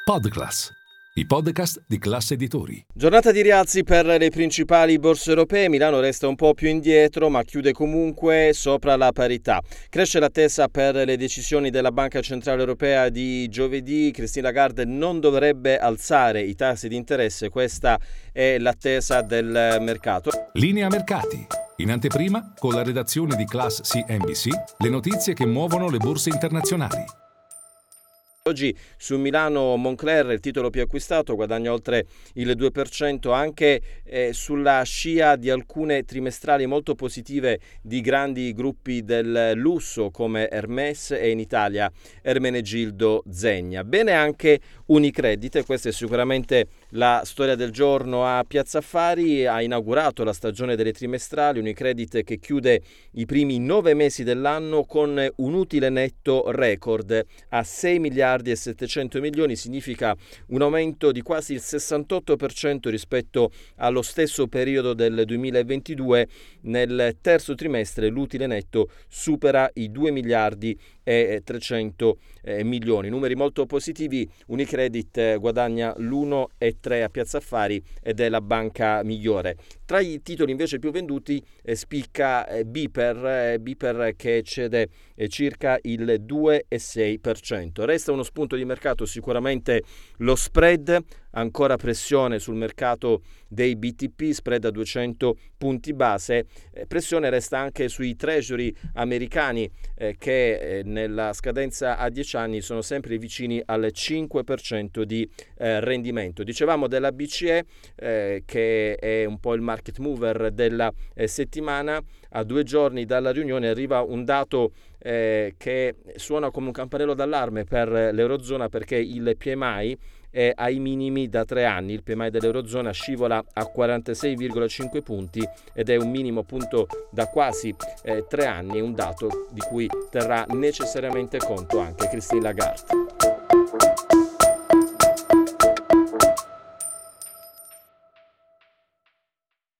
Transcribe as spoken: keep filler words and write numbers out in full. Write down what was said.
Podclass, i podcast di Class Editori. Giornata di rialzi per le principali borse europee. Milano resta un po' più indietro, ma chiude comunque sopra la parità. Cresce l'attesa per le decisioni della Banca Centrale Europea di giovedì. Christine Lagarde non dovrebbe alzare i tassi di interesse, questa è l'attesa del mercato. Linea mercati. In anteprima, con la redazione di Class C N B C, le notizie che muovono le borse internazionali. Oggi su Milano Moncler, il titolo più acquistato, guadagna oltre il due per cento anche eh, sulla scia di alcune trimestrali molto positive di grandi gruppi del lusso come Hermès e in Italia Ermenegildo Zegna. Bene anche Unicredit, e questa è sicuramente la storia del giorno a Piazza Affari. Ha inaugurato la stagione delle trimestrali, Unicredit che chiude i primi nove mesi dell'anno con un utile netto record a sei miliardi e settecento milioni, significa un aumento di quasi il sessantotto per cento rispetto allo stesso periodo del duemilaventidue. Nel terzo trimestre l'utile netto supera i due miliardi e trecento milioni, numeri molto positivi. Unicredit guadagna l'uno virgola tre a Piazza Affari ed è la banca migliore. Tra i titoli invece più venduti eh, spicca eh, Biper, eh, Biper che cede eh, circa il due virgola sei per cento. Resta uno spunto di mercato sicuramente lo spread, ancora pressione sul mercato dei B T P, spread a duecento punti base, eh, pressione resta anche sui treasury americani eh, che eh, nella scadenza a dieci anni sono sempre vicini al cinque per cento di eh, rendimento. Dicevamo della B C E eh, che è un po' il market mover della eh, settimana. A due giorni dalla riunione arriva un dato eh, che suona come un campanello d'allarme per l'Eurozona, perché il P M I è ai minimi da tre anni. Il P M I dell'Eurozona scivola a quarantasei virgola cinque punti ed è un minimo appunto da quasi eh, tre anni, un dato di cui terrà necessariamente conto anche Christine Lagarde.